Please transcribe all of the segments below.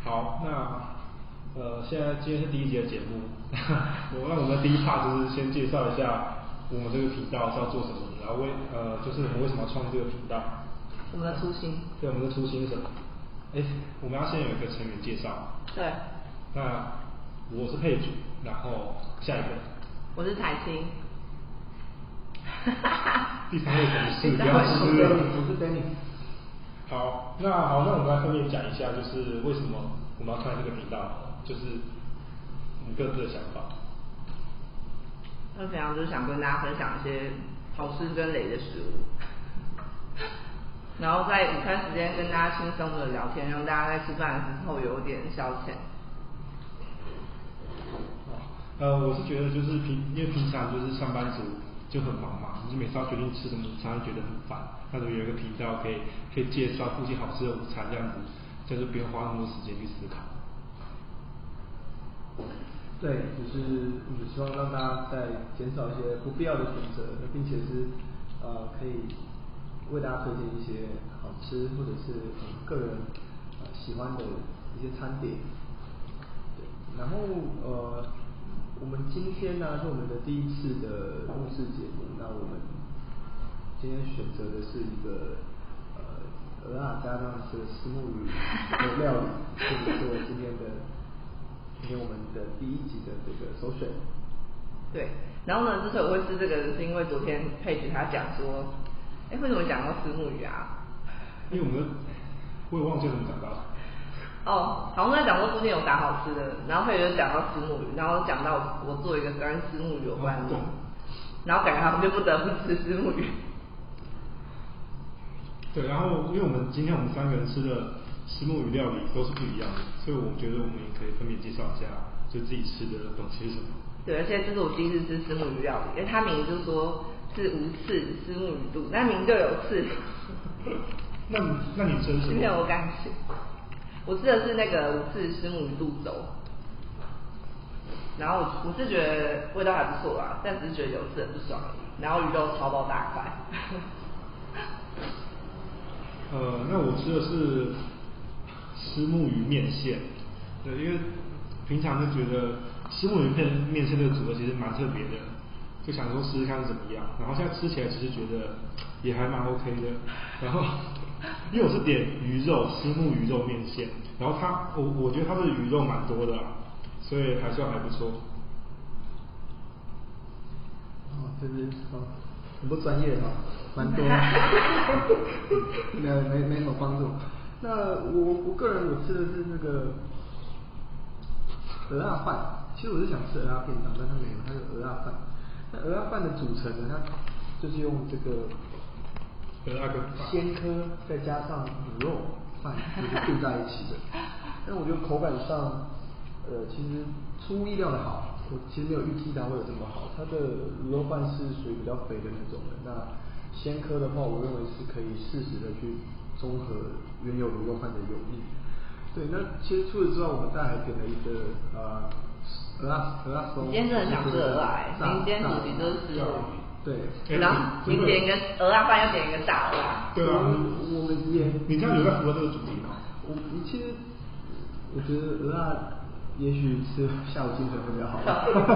好，那现在今天是第一集的节目，我们的第一 part 就是先介绍一下我们这个频道是要做什么的，然后就是我们为什么要创这个频道， 我们的初心。 对，我们的初心是什么？我们要先有一个成员介绍。 对。 那我是佩举，然后下一个。 我是彩青。 第三位同事不要吃了。 我是 Danny。 好，那我们来分别讲一下，就是为什么我们要创这个频道，就是我们各自的想法。 那平常就是想跟大家分享一些好吃跟雷的食物，然后在午餐时间跟大家轻松的聊天，让大家在吃饭的时候有点消遣。 我是觉得就是因为平常就是上班族就很忙嘛，就是每次要决定吃什么午餐，觉得很烦。那如果有一个频道可以介绍附近好吃的午餐，这样子就是不用花那么多时间去思考。 对，就是我们希望让大家在减少一些不必要的选择，并且是可以为大家推荐一些好吃或者是个人喜欢的一些餐点。对，然后我们今天呢是我们的第一次的录制节目，那我们今天选择的是一个鹅啊加上是虱目鱼的料理，是我今天我们的第一集的这个首选。 对，然后呢，之所以我会吃这个，是因为昨天佩奇他讲说，为什么讲到虱目鱼啊？ 因为我也忘记怎么讲到。 好像在讲说附近有啥好吃的，然后佩奇就讲到虱目鱼，然后讲到我做一个跟虱目鱼有关的，然后感觉他们就不得不吃虱目鱼。 对，然后因为今天我们三个人吃的虱目鱼料理都是不一样的，所以我觉得我们也可以分别介绍一下，就自己吃的东西是什么。 对，而且这是我第一次吃虱目鱼料理，因为它名字就说是无刺虱目鱼肚，那名就有刺。 那你吃的是什么？ 今天我敢吃，我吃的是那个无刺虱目鱼肚粥，然后我是觉得味道还不错啦，但只是觉得有吃很不爽而已，然后鱼肉超爆大块。 那我吃的是虱目鱼面线，对，因为平常就觉得虱目鱼面线这个组合其实蛮特别的，就想说试试看是怎么样，然后现在吃起来其实觉得也还蛮 OK 的，然后因为我是点鱼肉虱目鱼肉面线，然后我觉得它的鱼肉蛮多的啦，所以还算还不错。 就是很不专业的蛮多，没什么帮助。那我个人吃的是那个鹅啊饭，其实我是想吃鹅啊便当，但它没有，它有鹅啊饭。那鹅啊饭的组成呢，它就是用这个鲜科再加上卤肉饭就是炖在一起的。但我觉得口感上，其实出乎意料的好。我其实没有预计到会有这么好。它的卤肉饭是属于比较肥的那种的，那鲜科的话，我认为是可以适时的去中和原有卤肉饭的油腻。对，那其实除此之外，我们再还点了一个鹅啊松。 你今天真的想吃鹅啊？今天主题就是虱目鱼。 对。 然后你点一个鹅啊饭，又点一个炸鹅啊。 对啊， 我们也。 你这样有在符合这个主题吗？ 其实我觉得鹅啊，也许是下午精神会比较好。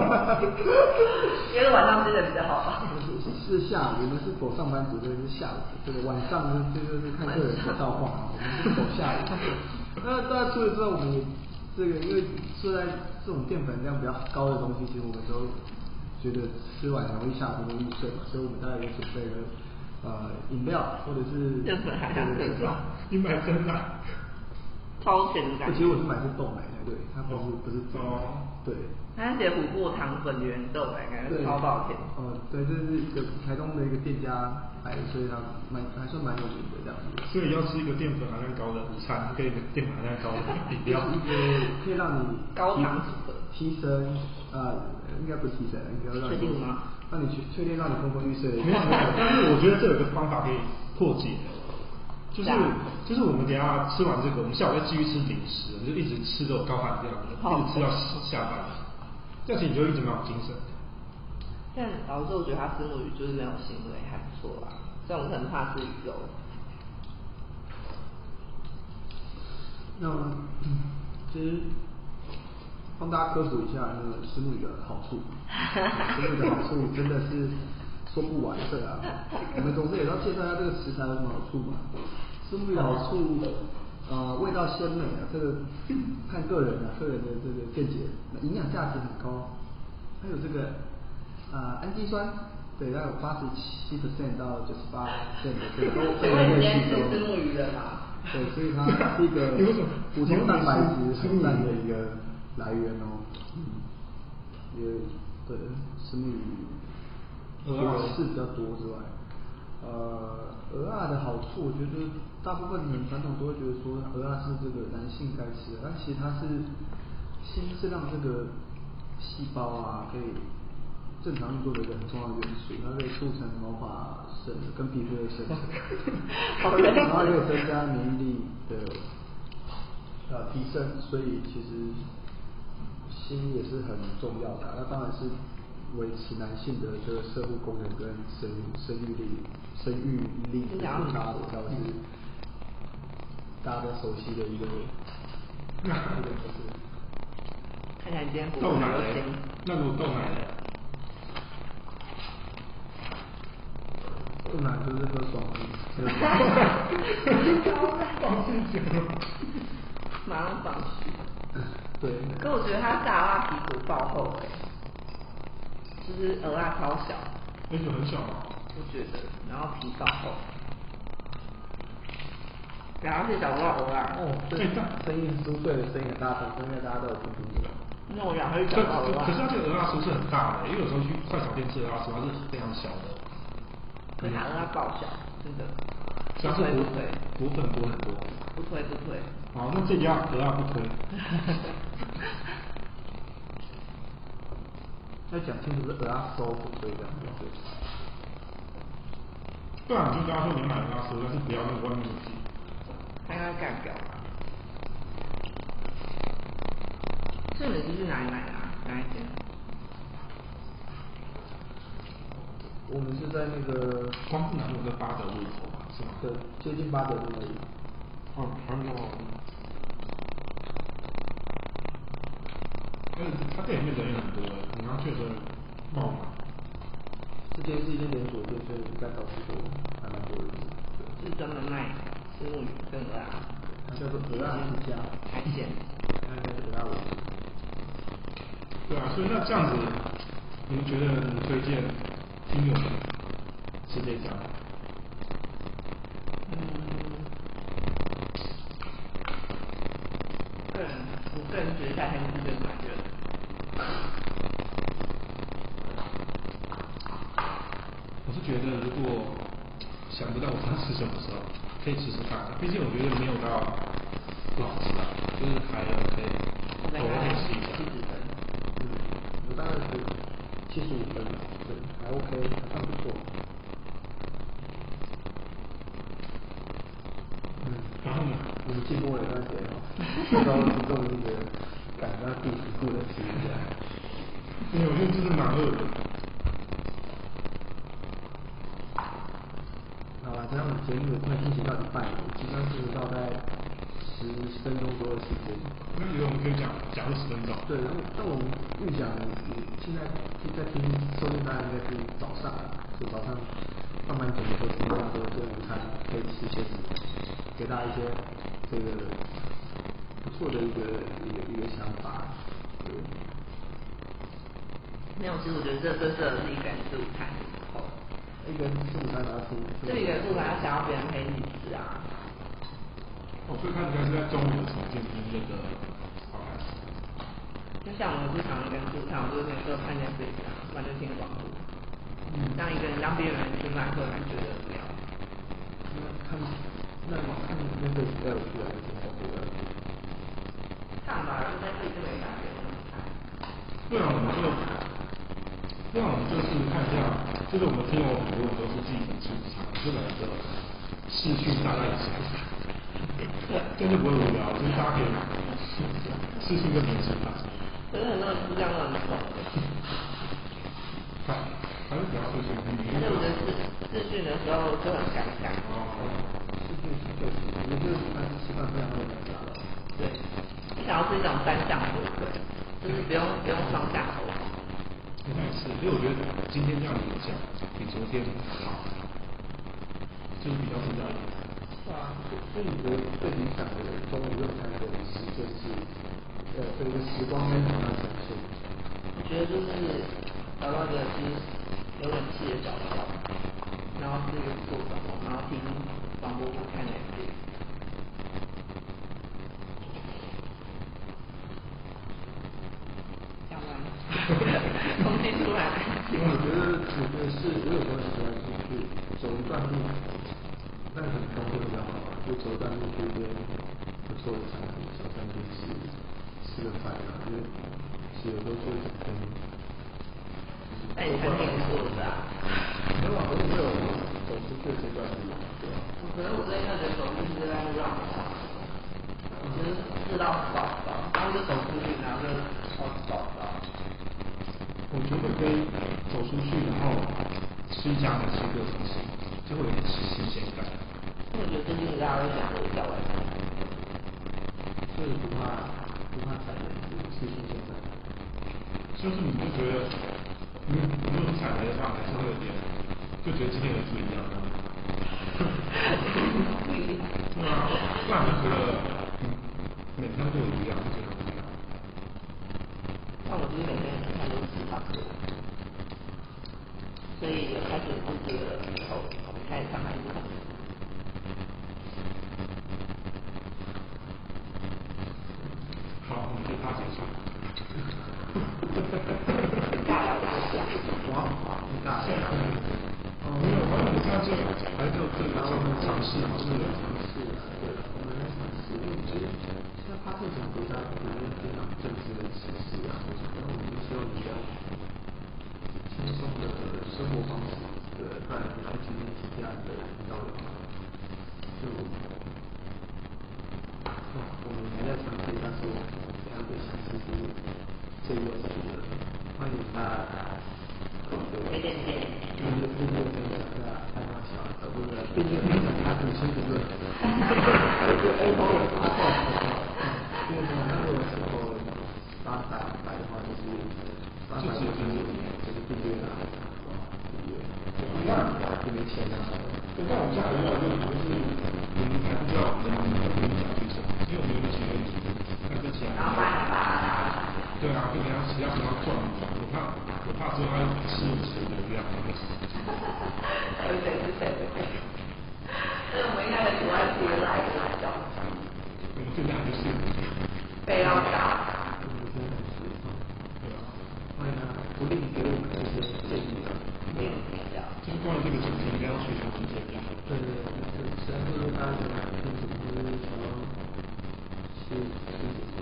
因为晚上精神比较好吧。 是下午，我们是走上班族，这是下午，这个晚上就是看个人的造化，我们是走下午。那当然除了之外，我们也这个因为说在这种淀粉量比较高的东西，其实我们都觉得吃完容易下不容易睡嘛，所以我们大概也准备了饮料或者是淀粉含量更高。 你买真奶？ 超甜的感觉。 其实我是买是豆奶的，对，它不是真奶，对。 它写琥珀糖粉原豆奶，感觉超爆甜。 对，这是一个台东的一个店家来的，所以它还算蛮有名的这样子。 所以要吃一个淀粉含量高的午餐，跟一个淀粉含量高的饮料， 一个可以让你高糖组合提升应该不是提升，应该让你确定吗？ 让你确定让你昏昏欲睡。 没有，但是我觉得这有个方法可以破解。就是我们等一下吃完这个，我们下午再继续吃零食，就一直吃这种高含量的，一直吃到下班，这样子你就一直蛮有精神。 但老实说，我觉得它虱目鱼就是没有腥味，还不错啦。虽然我很怕吃鱼肉。 那其实帮大家科普一下那个虱目鱼的好处，虱目鱼的好处真的是说不完的啊。我们总是也要介绍一下这个食材有什么好处嘛。虱目鱼的好处，味道鲜美啊，这个看个人啊，个人的这个见解。营养价值很高，还有这个氨基酸，对，它有87%到98%的这个都被人类吸收。 虱目鱼的嘛。 对，所以它是一个补充蛋白质很赞的一个来源哦。也对，虱目鱼除了是比较多之外，鹅啊的好处，我觉得大部分人传统都会觉得说鹅啊是这个男性该吃的，但其实它是让这个细胞啊可以正常运作的一个很重要的元素，它可以促成毛发跟皮肤的生成，然后也有增加免疫力的提升，所以其实锌也是很重要的。那当然是维持男性的这个摄护功能跟生育力是最大的，倒是大家都熟悉的一个就是看起来今天豆奶嘞，那如果豆奶嘞？ 豆奶就是喝爽了， 放弃酒， 马上放弃。 对。 可我觉得它大鹅皮骨爆厚就是鹅啊超小。 那就很小啊。 我觉得，然后皮爆厚。然后是小鹅啊。 哦，对，声音酥脆的声音很大声，因为大家都有听清楚。 那我想会小鹅啊。 可是它这个鹅啊酥是很大的，因为有时候去快炒店吃鹅啊酥，它是非常小的。 可是它鹅啊爆小，真的。 不推不推？果粉多很多。 不推不推。 好，那这家鹅啊不推。 要讲清楚是鹅啊酥不推这样子。 对啊，你就跟他说你买鹅啊酥，但是不要那个外面的剂。 他应该干掉吧？所以你是去哪里买的啊？哪一间？ 我们是在那个光复南路跟八德路口吧，是吗？ 对，接近八德路那里。 哦，还有。它店里面人也很多哎，你刚去的时候爆满。 这间是一间连锁店，所以应该到处都还蛮多人的。 是专门卖虱目鱼跟鹅啊。 它叫做鹅啊之家。 海鲜。 它应该是鹅啊为主。 对啊，所以那这样子，你们觉得你推荐听友们吃这家？ 我个人觉得夏天是最蛮热的。 我是觉得如果想不到我要吃什么时候，可以吃吃看。毕竟我觉得没有到不好吃啊，就是还 OK， 我可以吃一下。 我大概是75分，对，还 OK， 还算不错。 然后呢？ 我们经过了一段时间最高是终于觉得感到肚子不能吃一下。 因为我觉得就是蛮饿的。 好了，这样节目也快进行到一半了，即将进入到大概10分钟左右的时间。 那觉得我们可以讲20分钟。 对，然后但我们预想你现在在听收听大家应该是早上，就早上上班族或者大家都中午餐可以吃些什么，给大家一些这个不错的一个想法。对。 没有，其实我觉得这最适合是一个人吃午餐的时候。 一个人吃午餐然后就一个人吃午餐想要别人陪你吃啊。 哦，所以他应该是在中午的时间听那个podcast。 就像我日常一个人吃午餐，我就是有时候看电视啊，不然就听广播。当一个人当边缘人吃饭，会蛮觉得无聊。 看那个比较有趣的一些广播的。 看吧，就在自己这边感觉怎么看。 不然我们就试试看一下，就是我们听友很多人都是自己吃午餐，就来个视讯大家一起来看，这样就不会无聊，就是大家可以视讯跟别人吃饭。 可是很多人是这样乱说的。 还是比较视讯。 而且我觉得视讯的时候就很尴尬。 视讯是确实，我觉得吃饭非常容易尴尬。 对，一开想要是一种单向回馈，就是不用双向沟通。 应该是，因为我觉得今天这样子讲比昨天好，就是比较知道一点。 是啊，所以你觉得最理想的中午用餐的时间是，这个时光该怎么样呈现？ 我觉得就是找到一个就是有冷气的角落，然后自己做什么，然后听广播或看 Netflix。讲完了，空气突然安静。 我觉得是，我有时候喜欢去走一段路，但可能风会比较好，就走一段路去一边不错的餐厅、小餐厅吃个饭啊，因为其实有时候做一整天。 那你餐厅也做的啊？ 没有啊，我没有走出去这段路，对吧？ 可能我最近觉得走出去在路上，我觉得热到爆炸，然后就走出去，然后就超级爆炸。 我觉得可以走出去，然后吃一家美食的东西，就会有点新鲜感。 因为我觉得最近大家都想着叫外卖， 所以不怕踩雷，是新鲜感。 就是你不觉得，如果你踩雷的话，还是会有点，就觉得今天有不一样。对啊，不然就觉得每天都一样，就觉得不一样。 像我就是每天看都吃差不多，所以有开始肚子了以后，开始慢慢吃。 好，我们就趴结束。 尬聊一下。 哇，你大爷！ 没有，我们现在就还就这个尝试嘛，是尝试啊，对，我们在尝试，因为其实现在发现什么国家里面非常政治的歧视啊，然后我们就希望比较轻松的生活方式，对，不然你去今天其他的引导的话，就我们还在尝试，但是这样的形式是最有趣的，欢迎大家给点建议。 订阅分享一下爱马小，不是订阅分享他5星评论，就 Apple 有8因为那个时候800的话就是800就是订阅啦，订阅，订阅钱啊。 那我们下一个问题就是，我们还不知道我们的影响是什么，因为我们有几个问题，那之前对啊，就给他其他不要撞，我怕之后他吃钱的这样。 到底谁是谁的？所以我们应该很喜欢接赖的消息。 我们现在还是被要打。 对啊， 欢迎大家不吝给我们这些建议啊。 就是关于这个主题，应该要去做建议。 对，虽然说大家想听什么，就是想要吃什么。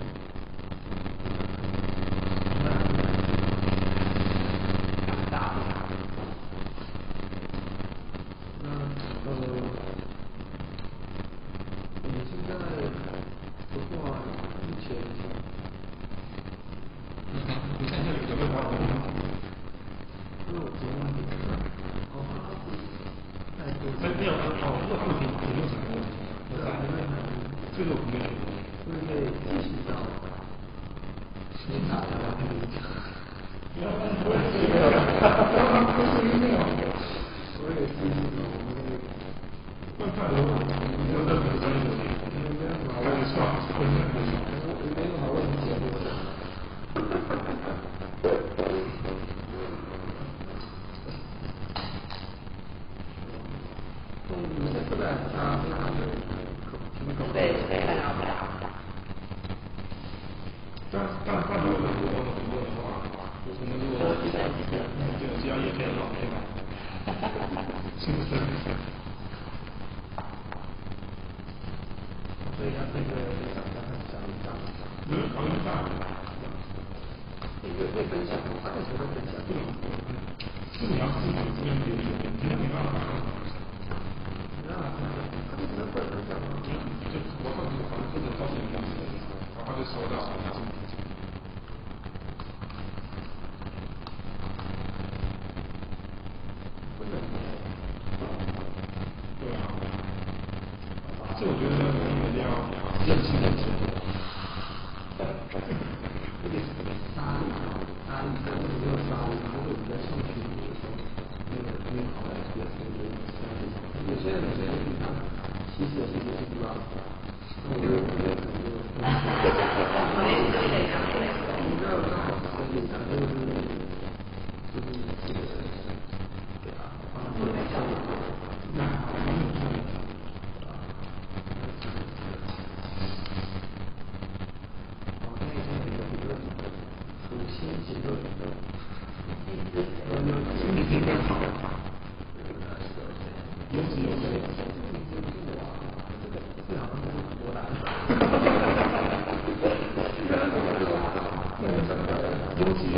你现在的话，目前， 你看一下有没有报名？ 因为我昨天晚上没有如果他们评论什么问题？ 对啊， 这个我没有。 因为可以继续到先打电话给你讲。我也是没有，我也是没有。 问看我有任何专业的， 没有什么好问题， 没有好问题解决的。你们这边啊， 对，看到没有？ 但如果很多的评论的话，我们如果就只要也可以了，对吧？是不是？ 所以要这个想一下， 没有考虑到， 会分享，他为什么会分享？ 是你要自己这边留言，你没办法。 那他们会分享吗？ 就我上次好像是招生公司的，然后他就收到了。对啊，所以我觉得我们一定要认清楚。 东西，